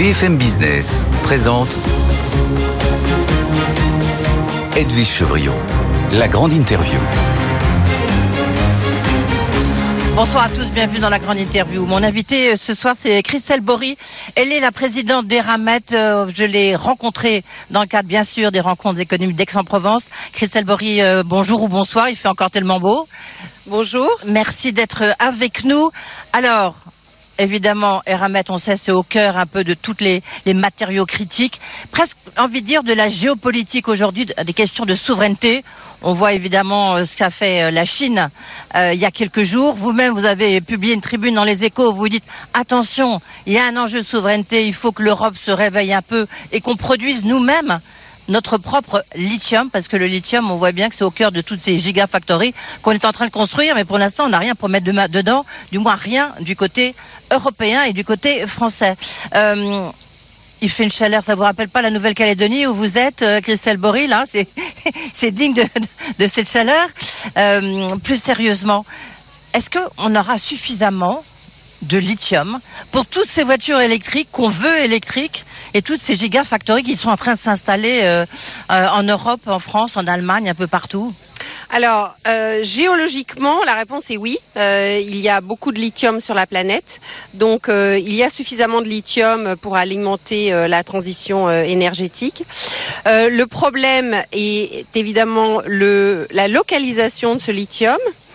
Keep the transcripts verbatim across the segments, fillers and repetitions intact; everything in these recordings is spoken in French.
B F M Business présente Edwige Chevrillon, la grande interview. Bonsoir à tous, bienvenue dans la grande interview. Mon invité ce soir, c'est Christelle Bory. Elle est la présidente d'Eramet. Je l'ai rencontrée dans le cadre, bien sûr, des rencontres économiques d'Aix-en-Provence. Christelle Bory, bonjour ou bonsoir, il fait encore tellement beau. Bonjour. Merci d'être avec nous. Alors, évidemment, Eramet, on sait, c'est au cœur un peu de toutes les, les matériaux critiques. Presque, envie de dire, de la géopolitique aujourd'hui, des questions de souveraineté. On voit évidemment ce qu'a fait la Chine euh, il y a quelques jours. Vous-même, vous avez publié une tribune dans Les Échos où vous dites « Attention, il y a un enjeu de souveraineté, il faut que l'Europe se réveille un peu et qu'on produise nous-mêmes notre propre lithium », parce que le lithium, on voit bien que c'est au cœur de toutes ces gigafactories qu'on est en train de construire, mais pour l'instant, on n'a rien pour mettre de dedans, du moins rien du côté européen et du côté français. Euh, Il fait une chaleur, ça vous rappelle pas la Nouvelle-Calédonie où vous êtes, euh, Christelle Bory, là, c'est, c'est digne de, de, de cette chaleur. Euh, plus sérieusement, est-ce qu'on aura suffisamment de lithium pour toutes ces voitures électriques qu'on veut électriques et toutes ces gigafactories qui sont en train de s'installer euh, euh, en Europe, en France, en Allemagne, un peu partout ? Alors, euh, géologiquement, la réponse est oui. Euh, il y a beaucoup de lithium sur la planète. Donc, euh, il y a suffisamment de lithium pour alimenter euh, la transition euh, énergétique. Euh, le problème est évidemment le, la localisation de ce lithium.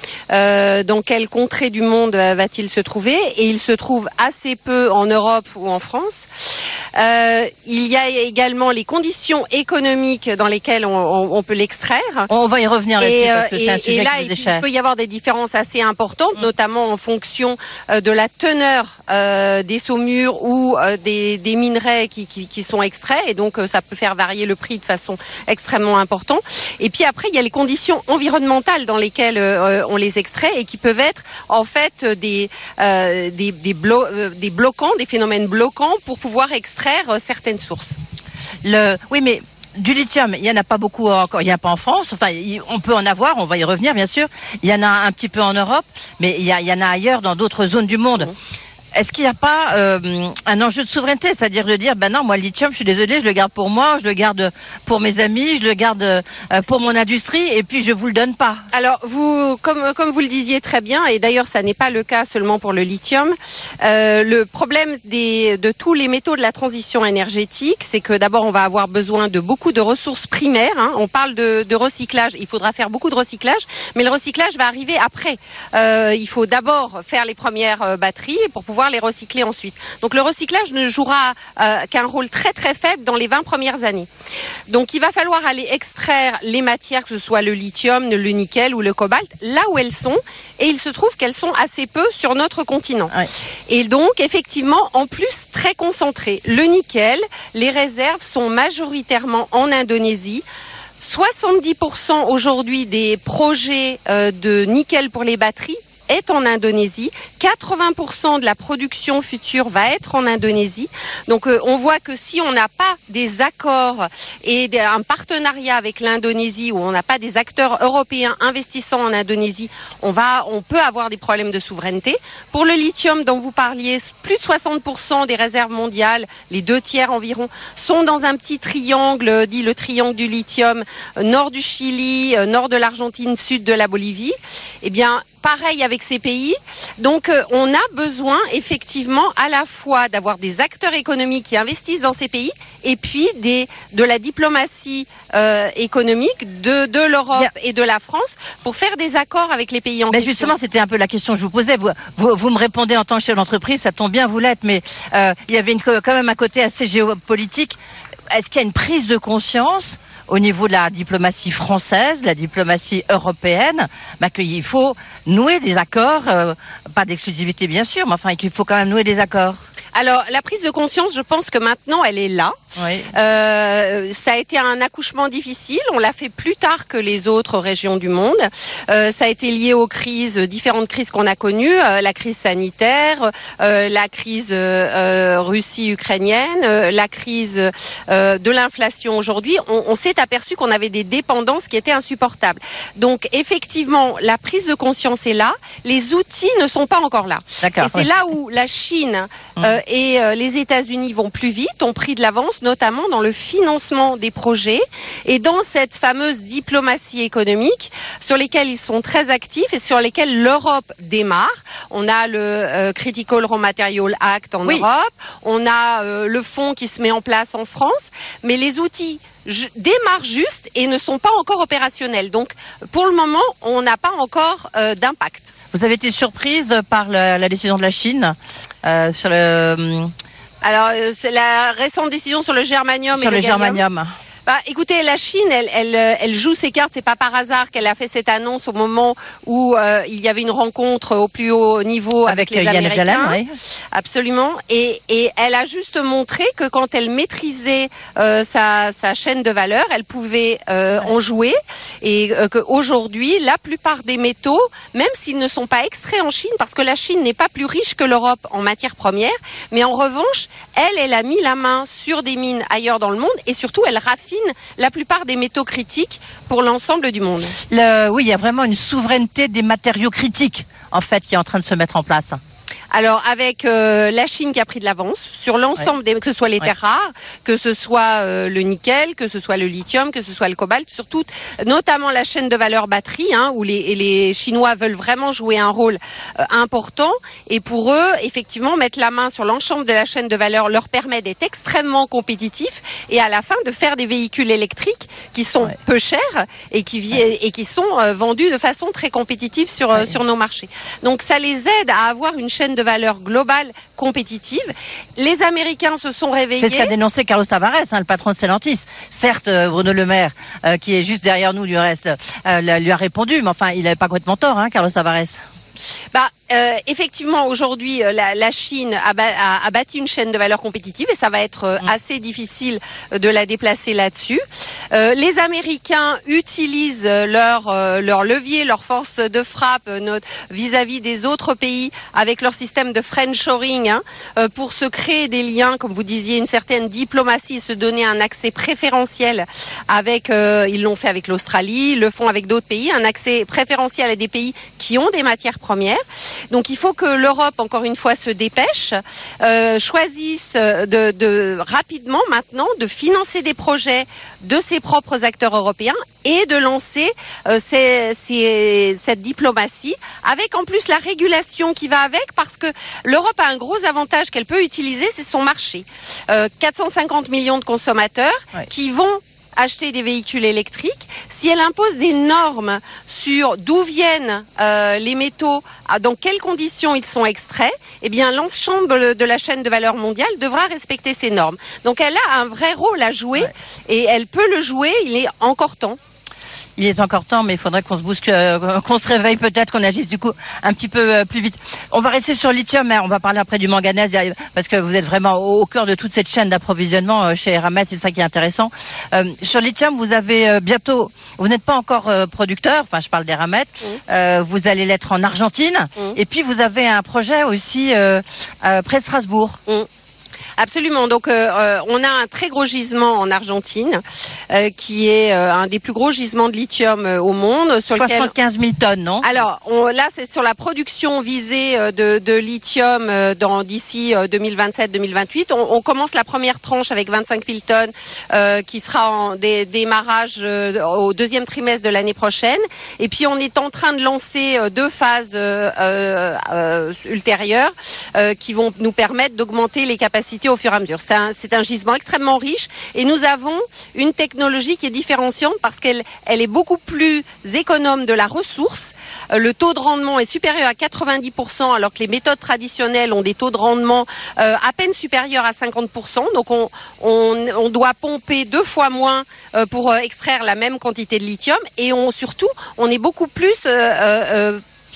Euh, dans quelle contrée du monde va-t-il se trouver? Et il se trouve assez peu en Europe ou en France. Euh, il y a également les conditions économiques dans lesquelles on, on, on peut l'extraire. On va y revenir là-dessus et, parce que c'est un sujet et là, qui vous est cher. Il peut y avoir des différences assez importantes, mmh. notamment en fonction euh, de la teneur euh, des saumures ou euh, des, des minerais qui, qui, qui sont extraits. Et donc, euh, ça peut faire varier le prix de façon extrêmement importante. Et puis après, il y a les conditions environnementales dans lesquelles euh, on les extrait et qui peuvent être en fait des, euh, des, des, blo- euh, des bloquants, des phénomènes bloquants pour pouvoir extraire certaines sources. Le... Oui, mais du lithium, il n'y en a pas beaucoup encore, il n'y en a pas en France, enfin on peut en avoir, on va y revenir bien sûr, il y en a un petit peu en Europe, mais il y, a, il y en a ailleurs dans d'autres zones du monde. Mmh. Est-ce qu'il n'y a pas euh, un enjeu de souveraineté, c'est-à-dire de dire, ben non, moi le lithium, je suis désolée, je le garde pour moi, je le garde pour mes amis, je le garde euh, pour mon industrie, et puis je vous le donne pas. Alors vous, comme comme vous le disiez très bien, et d'ailleurs ça n'est pas le cas seulement pour le lithium. Euh, le problème des de tous les métaux de la transition énergétique, c'est que d'abord on va avoir besoin de beaucoup de ressources primaires. Hein. On parle de, de recyclage, il faudra faire beaucoup de recyclage, mais le recyclage va arriver après. Euh, il faut d'abord faire les premières euh, batteries pour pouvoir les recycler ensuite. Donc le recyclage ne jouera euh, qu'un rôle très très faible dans les vingt premières années. Donc il va falloir aller extraire les matières, que ce soit le lithium, le nickel ou le cobalt, là où elles sont, et il se trouve qu'elles sont assez peu sur notre continent. Ouais. Et donc effectivement, en plus très concentrées. Le nickel, les réserves sont majoritairement en Indonésie. soixante-dix pour cent aujourd'hui des projets euh, de nickel pour les batteries est en Indonésie. quatre-vingts pour cent de la production future va être en Indonésie. Donc euh, on voit que si on n'a pas des accords et des, un partenariat avec l'Indonésie, où on n'a pas des acteurs européens investissant en Indonésie, on va, on peut avoir des problèmes de souveraineté. Pour le lithium dont vous parliez, plus de soixante pour cent des réserves mondiales, les deux tiers environ, sont dans un petit triangle, dit le triangle du lithium, nord du Chili, nord de l'Argentine, sud de la Bolivie. Eh bien, pareil avec ces pays. Donc, euh, on a besoin effectivement à la fois d'avoir des acteurs économiques qui investissent dans ces pays et puis des, de la diplomatie euh, économique de, de l'Europe Bien. et de la France pour faire des accords avec les pays en mais question. Justement, c'était un peu la question que je vous posais. Vous, vous, vous me répondez en tant que chef d'entreprise, ça tombe bien, vous l'êtes, mais euh, il y avait une, quand même un côté assez géopolitique. Est-ce qu'il y a une prise de conscience au niveau de la diplomatie française, la diplomatie européenne, bah, qu'il faut nouer des accords, euh, pas d'exclusivité bien sûr, mais enfin qu'il faut quand même nouer des accords? Alors, la prise de conscience, je pense que maintenant, elle est là. Oui. Euh, ça a été un accouchement difficile. On l'a fait plus tard que les autres régions du monde. Euh, ça a été lié aux crises, différentes crises qu'on a connues, euh, la crise sanitaire, euh, la crise euh, Russie-ukrainienne, euh, la crise euh, de l'inflation aujourd'hui. On, on s'est aperçu qu'on avait des dépendances qui étaient insupportables. Donc effectivement, la prise de conscience est là. Les outils ne sont pas encore là. D'accord, et c'est oui. là où la Chine euh, et euh, les États-Unis vont plus vite, ont pris de l'avance, notamment dans le financement des projets et dans cette fameuse diplomatie économique sur lesquelles ils sont très actifs et sur lesquelles l'Europe démarre. On a le euh, Critical Raw Material Act en Oui. Europe, on a euh, le fonds qui se met en place en France, mais les outils je, démarrent juste et ne sont pas encore opérationnels. Donc pour le moment, on n'a pas encore euh, d'impact. Vous avez été surprise par la, la décision de la Chine euh, sur le Alors, euh, c'est la récente décision sur le germanium sur et le, le gallium. germanium. Bah, écoutez, la Chine, elle, elle, elle joue ses cartes. C'est pas par hasard qu'elle a fait cette annonce au moment où euh, il y avait une rencontre au plus haut niveau avec, avec les Janet Américains. Yellen, oui. Absolument. Et, et elle a juste montré que quand elle maîtrisait euh, sa, sa chaîne de valeur, elle pouvait euh, en jouer. Et euh, qu'aujourd'hui, la plupart des métaux, même s'ils ne sont pas extraits en Chine, parce que la Chine n'est pas plus riche que l'Europe en matières premières, mais en revanche, elle, elle a mis la main sur des mines ailleurs dans le monde et surtout, elle raffine la plupart des métaux critiques pour l'ensemble du monde. Le, oui, il y a vraiment une souveraineté des matériaux critiques, en fait, qui est en train de se mettre en place. Alors avec euh, la Chine qui a pris de l'avance sur l'ensemble ouais. des, que ce soit les terres ouais. rares, que ce soit euh, le nickel, que ce soit le lithium, que ce soit le cobalt, surtout notamment la chaîne de valeur batterie, hein, où les, les Chinois veulent vraiment jouer un rôle euh, important. Et pour eux, effectivement, mettre la main sur l'ensemble de la chaîne de valeur leur permet d'être extrêmement compétitifs et à la fin de faire des véhicules électriques qui sont ouais. peu chers et qui, ouais. et qui sont euh, vendus de façon très compétitive sur, ouais. euh, sur nos marchés. Donc ça les aide à avoir une chaîne de valeur globale compétitive. Les Américains se sont réveillés. C'est ce qu'a dénoncé Carlos Tavares, hein, le patron de Stellantis. Certes, Bruno Le Maire, euh, qui est juste derrière nous du reste, euh, lui a répondu, mais enfin, il n'avait pas complètement tort, hein, Carlos Tavares. Bah, euh, effectivement, aujourd'hui, la, la Chine a, a, a bâti une chaîne de valeur compétitive et ça va être euh, assez difficile de la déplacer là-dessus. Euh, les Américains utilisent leur, euh, leur levier, leur force de frappe euh, vis-à-vis des autres pays avec leur système de friendshoring hein, euh, pour se créer des liens, comme vous disiez, une certaine diplomatie, se donner un accès préférentiel avec, euh, ils l'ont fait avec l'Australie, le font avec d'autres pays, un accès préférentiel à des pays qui ont des matières premières. Donc il faut que l'Europe, encore une fois, se dépêche, euh, choisisse de, de rapidement maintenant de financer des projets de ses propres acteurs européens et de lancer euh, ces, ces, cette diplomatie avec en plus la régulation qui va avec parce que l'Europe a un gros avantage qu'elle peut utiliser, c'est son marché. Euh, quatre cent cinquante millions de consommateurs ouais. qui vont acheter des véhicules électriques. Si elle impose des normes sur d'où viennent euh, les métaux, dans quelles conditions ils sont extraits, eh bien l'ensemble de la chaîne de valeur mondiale devra respecter ces normes. Donc elle a un vrai rôle à jouer ouais. et elle peut le jouer, il est encore temps. Il est encore temps, mais il faudrait qu'on se bousque, euh, qu'on se réveille peut-être, qu'on agisse du coup un petit peu euh, plus vite. On va rester sur le lithium, hein, on va parler après du manganèse, parce que vous êtes vraiment au, au cœur de toute cette chaîne d'approvisionnement euh, chez Eramet, c'est ça qui est intéressant. Euh, sur le lithium, vous avez euh, bientôt, vous n'êtes pas encore euh, producteur, enfin je parle d'Eramet, mmh. euh, vous allez l'être en Argentine, mmh. et puis vous avez un projet aussi euh, euh, près de Strasbourg. Mmh. Absolument. Donc, euh, on a un très gros gisement en Argentine, euh, qui est euh, un des plus gros gisements de lithium euh, au monde. Sur soixante-quinze mille tonnes, non? Alors, on, là, c'est sur la production visée euh, de, de lithium euh, dans d'ici euh, deux mille vingt-sept deux mille vingt-huit. On, on commence la première tranche avec vingt-cinq mille tonnes, euh, qui sera en dé, démarrage euh, au deuxième trimestre de l'année prochaine. Et puis, on est en train de lancer euh, deux phases euh, euh, euh, ultérieures euh, qui vont nous permettre d'augmenter les capacités au fur et à mesure. C'est un, c'est un gisement extrêmement riche et nous avons une technologie qui est différenciante parce qu'elle elle est beaucoup plus économe de la ressource. Euh, le taux de rendement est supérieur à quatre-vingt-dix pour cent alors que les méthodes traditionnelles ont des taux de rendement euh, à peine supérieurs à cinquante pour cent. Donc on, on, on doit pomper deux fois moins euh, pour euh, extraire la même quantité de lithium et on, surtout on est beaucoup plus euh, euh,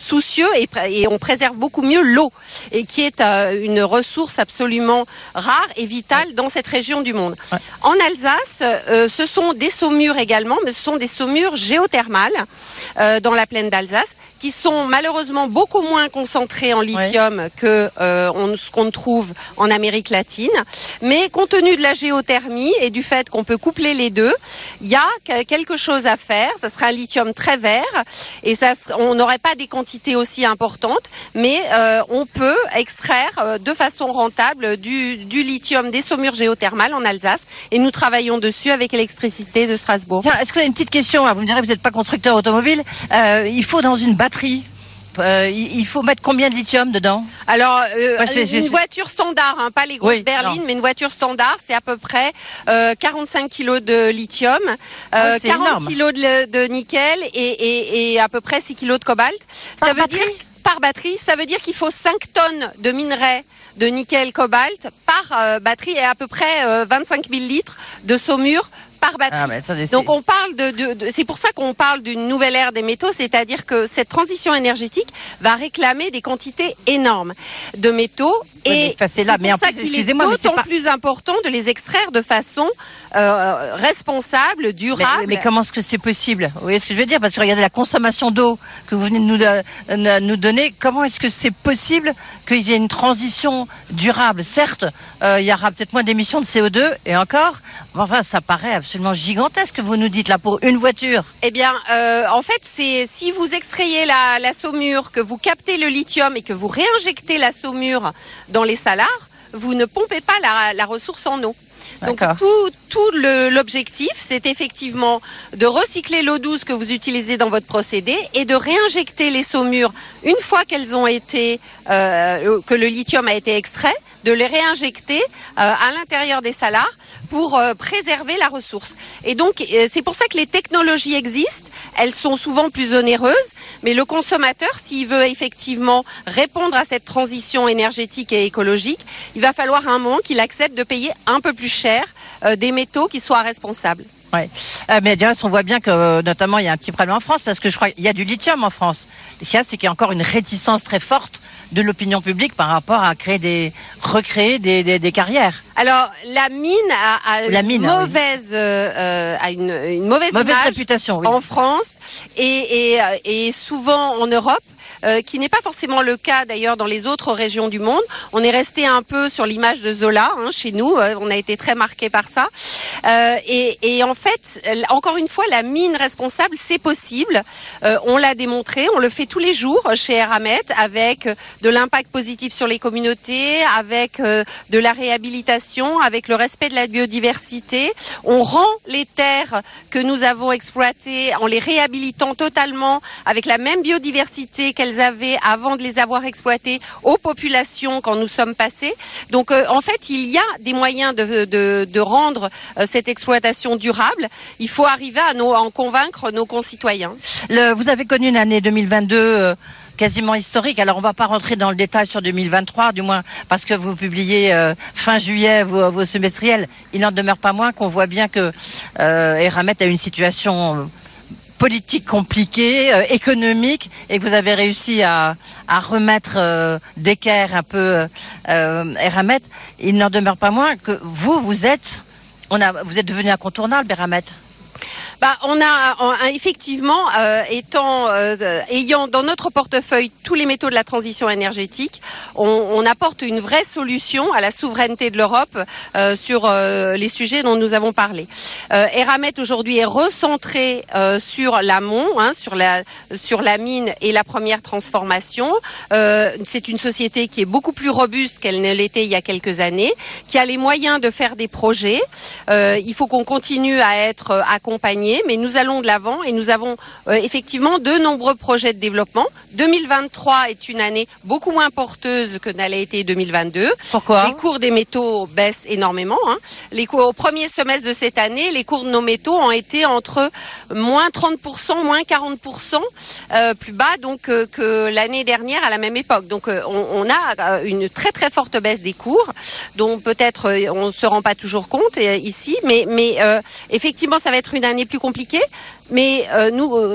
soucieux et, et on préserve beaucoup mieux l'eau, et qui est euh, une ressource absolument rare et vitale ouais. dans cette région du monde. Ouais. En Alsace, euh, ce sont des saumures également, mais ce sont des saumures géothermales euh, dans la plaine d'Alsace, qui sont malheureusement beaucoup moins concentrés en lithium ouais. que euh, on, ce qu'on trouve en Amérique latine. Mais compte tenu de la géothermie et du fait qu'on peut coupler les deux, il y a quelque chose à faire. Ça sera un lithium très vert et ça, on n'aurait pas des quantités aussi importantes, mais euh, on peut extraire euh, de façon rentable du, du lithium des saumures géothermales en Alsace et nous travaillons dessus avec Électricité de Strasbourg. Tiens, est-ce que vous avez une petite question? Vous me direz, vous n'êtes pas constructeur automobile. Euh, il faut dans une batterie Euh, il faut mettre combien de lithium dedans? Alors, euh, ouais, c'est, une c'est, voiture standard, hein, pas les grosses oui, berlines, non. mais une voiture standard, c'est à peu près euh, quarante-cinq kilos de lithium, euh, ouais, quarante énorme. kilos de, de nickel et, et, et à peu près six kilos de cobalt. Par ça veut batterie? dire par batterie, ça veut dire qu'il faut cinq tonnes de minerais de nickel cobalt par euh, batterie et à peu près euh, vingt-cinq mille litres de saumure par batterie. Ah, mais attendez, donc on parle de, de, de c'est pour ça qu'on parle d'une nouvelle ère des métaux, c'est-à-dire que cette transition énergétique va réclamer des quantités énormes de métaux oui, et mais c'est là, c'est mais en pour ça plus, qu'il est d'autant mais pas... plus important de les extraire de façon euh, responsable, durable. Mais, mais comment est-ce que c'est possible? Vous voyez ce que je veux dire? Parce que regardez la consommation d'eau que vous venez de nous, de, nous donner. Comment est-ce que c'est possible qu'il y ait une transition durable? Certes, euh, il y aura peut-être moins d'émissions de C O deux et encore. Enfin, ça paraît absolument gigantesque que vous nous dites là pour une voiture. Eh bien, euh, en fait, c'est si vous extrayez la, la saumure, que vous captez le lithium et que vous réinjectez la saumure dans les salars, vous ne pompez pas la, la ressource en eau. Donc tout, tout le, l'objectif, c'est effectivement de recycler l'eau douce que vous utilisez dans votre procédé et de réinjecter les saumures une fois qu'elles ont été, euh, que le lithium a été extrait, de les réinjecter euh, à l'intérieur des salars pour euh, préserver la ressource. Et donc, euh, c'est pour ça que les technologies existent. Elles sont souvent plus onéreuses, mais le consommateur, s'il veut effectivement répondre à cette transition énergétique et écologique, il va falloir à un moment qu'il accepte de payer un peu plus cher euh, des métaux qui soient responsables. Ouais. Euh, mais d'ailleurs, on voit bien que, euh, notamment, il y a un petit problème en France, parce que je crois qu'il y a du lithium en France. Ce qu'il y a, c'est qu'il y a encore une réticence très forte de l'opinion publique par rapport à créer des, recréer des, des, des carrières. Alors, la mine a, a la une mine, mauvaise, oui. euh, a une, une mauvaise, mauvaise image réputation, oui. en France et, et, et souvent en Europe. Euh, qui n'est pas forcément le cas d'ailleurs dans les autres régions du monde. On est resté un peu sur l'image de Zola hein, chez nous, euh, on a été très marqué par ça. Euh, et, et en fait, encore une fois, la mine responsable, c'est possible. Euh, on l'a démontré, on le fait tous les jours chez Eramet avec de l'impact positif sur les communautés, avec euh, de la réhabilitation, avec le respect de la biodiversité. On rend les terres que nous avons exploitées en les réhabilitant totalement avec la même biodiversité qu'elles avaient avant de les avoir exploitées aux populations quand nous sommes passés. Donc euh, en fait, il y a des moyens de, de, de rendre euh, cette exploitation durable. Il faut arriver à, nos, à en convaincre nos concitoyens. Le, vous avez connu une année deux mille vingt-deux euh, quasiment historique. Alors on ne va pas rentrer dans le détail sur deux mille vingt-trois, du moins parce que vous publiez euh, fin juillet vos, vos semestriels. Il n'en demeure pas moins qu'on voit bien que euh, Eramet a une situation euh, politique compliquée, euh, économique, et que vous avez réussi à, à remettre euh, d'équerre un peu euh, Eramet. Il n'en demeure pas moins que vous, vous êtes, on a, vous êtes devenu incontournable, Eramet. Bah, on a on, effectivement, euh, étant, euh, ayant dans notre portefeuille tous les métaux de la transition énergétique, on, on apporte une vraie solution à la souveraineté de l'Europe euh, sur euh, les sujets dont nous avons parlé. Euh, Eramet aujourd'hui est recentré euh, sur l'amont, hein, sur la sur la mine et la première transformation. Euh, c'est une société qui est beaucoup plus robuste qu'elle ne l'était il y a quelques années, qui a les moyens de faire des projets. Euh, il faut qu'on continue à être accompagné. Mais nous allons de l'avant et nous avons euh, effectivement de nombreux projets de développement. deux mille vingt-trois est une année beaucoup moins porteuse que n'allait été deux mille vingt-deux. Pourquoi ? Les cours des métaux baissent énormément. Hein. Les cours, au premier semestre de cette année, les cours de nos métaux ont été entre moins trente pour cent, moins quarante pour cent euh, plus bas donc euh, que l'année dernière à la même époque. Donc euh, on, on a une très très forte baisse des cours, dont peut-être euh, on ne se rend pas toujours compte euh, ici, mais, mais euh, effectivement ça va être une année plus compliqué, mais euh, nous, euh,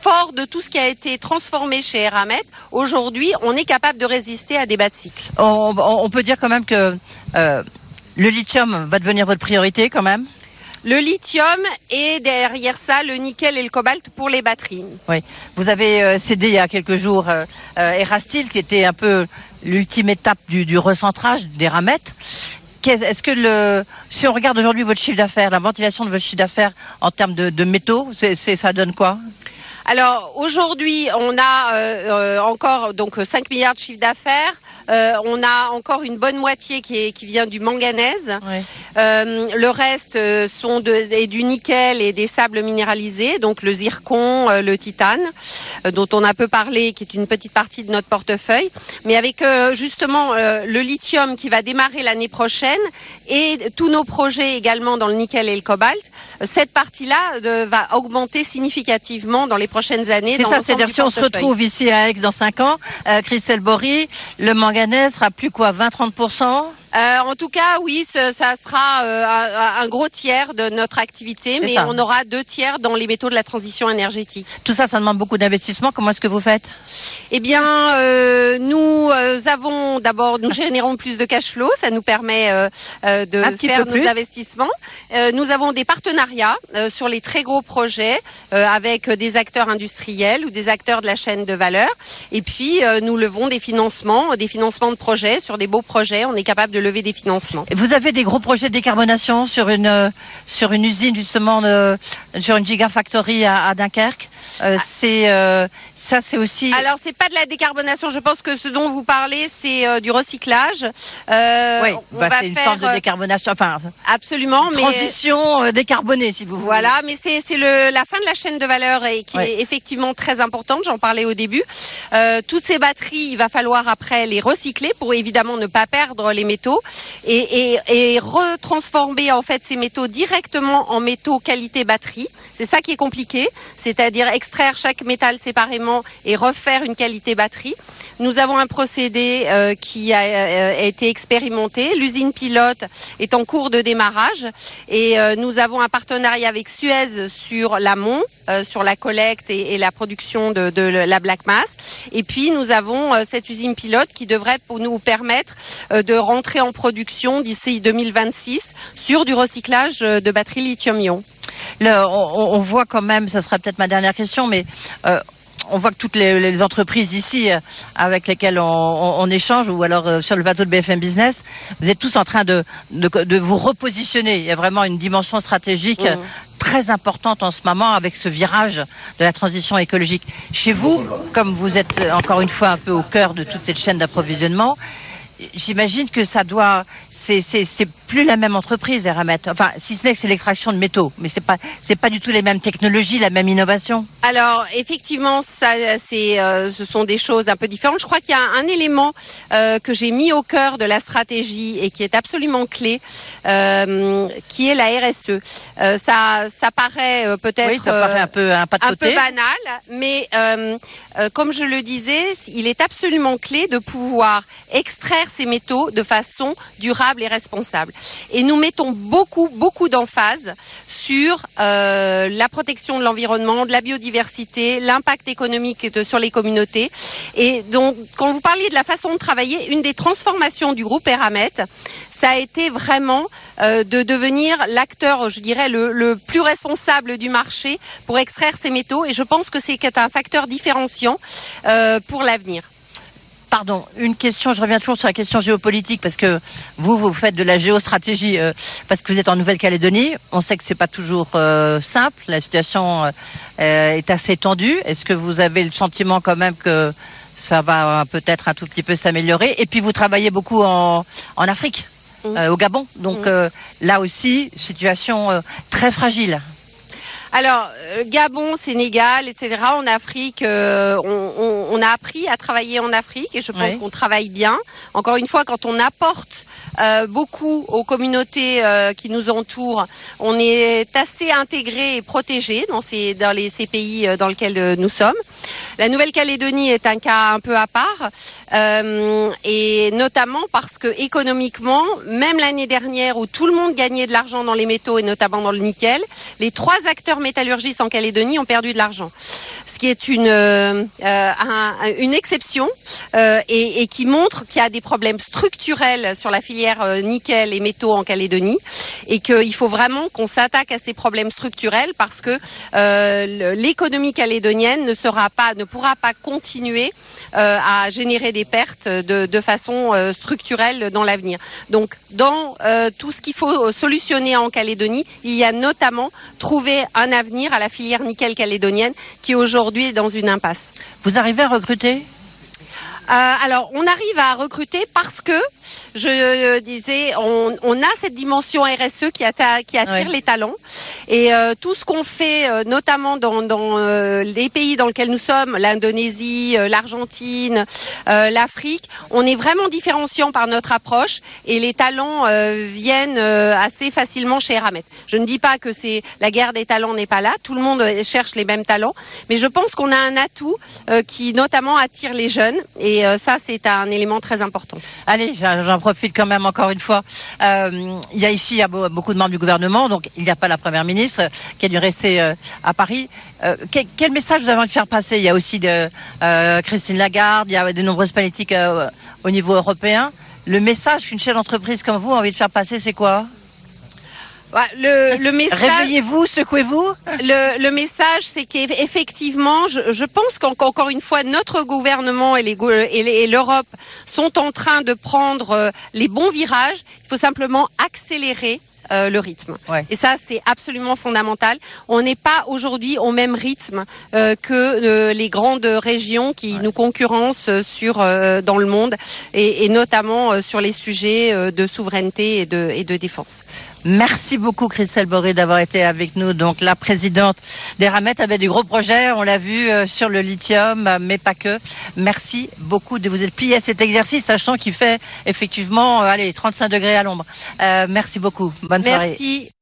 fort de tout ce qui a été transformé chez Eramet, aujourd'hui, on est capable de résister à des bas de cycle. On, on peut dire quand même que euh, le lithium va devenir votre priorité quand même ? Le lithium et derrière ça, le nickel et le cobalt pour les batteries. Oui. Vous avez euh, cédé il y a quelques jours euh, euh, Erasteel, qui était un peu l'ultime étape du, du recentrage d'Eramet. Est-ce que le, si on regarde aujourd'hui votre chiffre d'affaires, la ventilation de votre chiffre d'affaires en termes de, de métaux, c'est, c'est, ça donne quoi ? Alors aujourd'hui, on a euh, encore donc cinq milliards de chiffre d'affaires. Euh, on a encore une bonne moitié qui, est, qui vient du manganèse. Oui. Euh, le reste euh, sont de, est du nickel et des sables minéralisés, donc le zircon, euh, le titane, euh, dont on a peu parlé, qui est une petite partie de notre portefeuille. Mais avec euh, justement euh, le lithium qui va démarrer l'année prochaine et tous nos projets également dans le nickel et le cobalt, cette partie-là euh, va augmenter significativement dans les prochaines années. C'est ça, c'est-à-dire si on se retrouve ici à Aix dans cinq ans, euh, Christelle Bory, le manganèse sera plus quoi, vingt à trente pour cent ? Euh, en tout cas, oui, ça, ça sera euh, un, un gros tiers de notre activité, mais on aura deux tiers dans les métaux de la transition énergétique. Tout ça, ça demande beaucoup d'investissement. Comment est-ce que vous faites ? Eh bien, euh, nous euh, avons d'abord, nous générons plus de cash flow, ça nous permet euh, euh, de faire nos plus. investissements. Euh, nous avons des partenariats euh, sur les très gros projets euh, avec des acteurs industriels ou des acteurs de la chaîne de valeur. Et puis, euh, nous levons des financements, des financements de projets sur des beaux projets. On est capable de lever des financements. Vous avez des gros projets de décarbonation sur une euh, sur une usine justement de, sur une gigafactory à, à Dunkerque. Euh, c'est euh, ça, c'est aussi. Alors, c'est pas de la décarbonation. Je pense que ce dont vous parlez, c'est euh, du recyclage. Euh, oui, bah, c'est une faire, forme de décarbonation. Enfin, absolument. Une transition mais, décarbonée, si vous voulez. Voilà, mais c'est c'est le la fin de la chaîne de valeur et qui oui. est effectivement très importante. J'en parlais au début. Euh, toutes ces batteries, il va falloir après les recycler pour évidemment ne pas perdre les métaux et et, et retransformer en fait ces métaux directement en métaux qualité batterie. C'est ça qui est compliqué, c'est-à-dire extraire chaque métal séparément et refaire une qualité batterie. Nous avons un procédé euh, qui a, euh, a été expérimenté. L'usine pilote est en cours de démarrage et euh, nous avons un partenariat avec Suez sur l'amont, euh, sur la collecte et, et la production de, de la black mass. Et puis nous avons euh, cette usine pilote qui devrait pour nous permettre euh, de rentrer en production d'ici deux mille vingt-six sur du recyclage de batteries lithium-ion. Le, on, on voit quand même, ce sera peut-être ma dernière question, mais euh, on voit que toutes les, les entreprises ici euh, avec lesquelles on, on, on échange, ou alors euh, sur le plateau de B F M Business, vous êtes tous en train de, de, de vous repositionner. Il y a vraiment une dimension stratégique mmh. très importante en ce moment avec ce virage de la transition écologique. Chez vous, comme vous êtes encore une fois un peu au cœur de toute cette chaîne d'approvisionnement, j'imagine que ça doit, c'est, c'est, c'est plus la même entreprise, Eramet. Enfin, si ce n'est que c'est l'extraction de métaux, mais c'est pas, c'est pas du tout les mêmes technologies, la même innovation. Alors, effectivement, ça, c'est, euh, ce sont des choses un peu différentes. Je crois qu'il y a un, un élément euh, que j'ai mis au cœur de la stratégie et qui est absolument clé, euh, qui est la R S E. Euh, ça, ça paraît euh, peut-être oui, ça paraît un peu un pas de un côté. peu banal, mais euh, euh, comme je le disais, il est absolument clé de pouvoir extraire ces métaux de façon durable et responsable. Et nous mettons beaucoup, beaucoup d'emphase sur euh, la protection de l'environnement, de la biodiversité, l'impact économique de, sur les communautés. Et donc, quand vous parliez de la façon de travailler, une des transformations du groupe Eramet, ça a été vraiment euh, de devenir l'acteur, je dirais, le, le plus responsable du marché pour extraire ces métaux. Et je pense que c'est un facteur différenciant euh, pour l'avenir. Pardon, une question, je reviens toujours sur la question géopolitique parce que vous, vous faites de la géostratégie euh, parce que vous êtes en Nouvelle-Calédonie. On sait que c'est pas toujours euh, simple, la situation euh, est assez tendue. Est-ce que vous avez le sentiment quand même que ça va peut-être un tout petit peu s'améliorer? Et puis vous travaillez beaucoup en, en Afrique, mmh. euh, au Gabon. Donc mmh. euh, là aussi, situation euh, très fragile. Alors, Gabon, Sénégal, et cetera. En Afrique, euh, on, on, on a appris à travailler en Afrique et je pense oui. qu'on travaille bien. Encore une fois, quand on apporte euh, beaucoup aux communautés euh, qui nous entourent, on est assez intégré et protégé dans ces dans les ces pays dans lesquels nous sommes. La Nouvelle-Calédonie est un cas un peu à part, euh, et notamment parce que économiquement, même l'année dernière où tout le monde gagnait de l'argent dans les métaux et notamment dans le nickel, les trois acteurs métallurgistes en Calédonie ont perdu de l'argent. ce qui est une euh, un, une exception euh, et, et qui montre qu'il y a des problèmes structurels sur la filière euh, nickel et métaux en Calédonie et qu'il faut vraiment qu'on s'attaque à ces problèmes structurels parce que euh, l'économie calédonienne ne sera pas, ne pourra pas continuer euh, à générer des pertes de, de façon euh, structurelle dans l'avenir. Donc, dans euh, tout ce qu'il faut solutionner en Calédonie, il y a notamment trouver un avenir à la filière nickel calédonienne qui aujourd'hui est dans une impasse. Vous arrivez à recruter ? Euh, alors, on arrive à recruter parce que, je euh, disais, on, on a cette dimension R S E qui, atta, qui attire ouais. les talents. Et euh, tout ce qu'on fait, euh, notamment dans, dans euh, les pays dans lesquels nous sommes, l'Indonésie, euh, l'Argentine, euh, l'Afrique, on est vraiment différenciant par notre approche et les talents euh, viennent euh, assez facilement chez Eramet. Je ne dis pas que c'est la guerre des talents n'est pas là, tout le monde cherche les mêmes talents, mais je pense qu'on a un atout euh, qui notamment attire les jeunes et Et euh, ça, c'est un élément très important. Allez, j'en profite quand même encore une fois. Euh, il y a ici il y a beaucoup de membres du gouvernement, donc il n'y a pas la première ministre qui a dû rester euh, à Paris. Euh, quel, quel message vous avez envie de faire passer ? Il y a aussi de, euh, Christine Lagarde, il y a de nombreuses politiques euh, au niveau européen. Le message qu'une chef d'entreprise comme vous a envie de faire passer, c'est quoi ? Le, le message, réveillez-vous, secouez-vous. Le, le message, c'est qu'effectivement, je, je pense qu'encore une fois, notre gouvernement et, les, et, les, et l'Europe sont en train de prendre les bons virages. Il faut simplement accélérer Euh, le rythme. Ouais. Et ça, c'est absolument fondamental. On n'est pas aujourd'hui au même rythme euh, que euh, les grandes régions qui ouais. nous concurrencent sur euh, dans le monde et, et notamment euh, sur les sujets euh, de souveraineté et de, et de défense. Merci beaucoup Christelle Bory d'avoir été avec nous. Donc la présidente d'Eramet avait du gros projets, on l'a vu euh, sur le lithium, mais pas que. Merci beaucoup de vous être plié à cet exercice, sachant qu'il fait effectivement, euh, allez, trente-cinq degrés à l'ombre. Euh, merci beaucoup. Bonne soirée. Merci.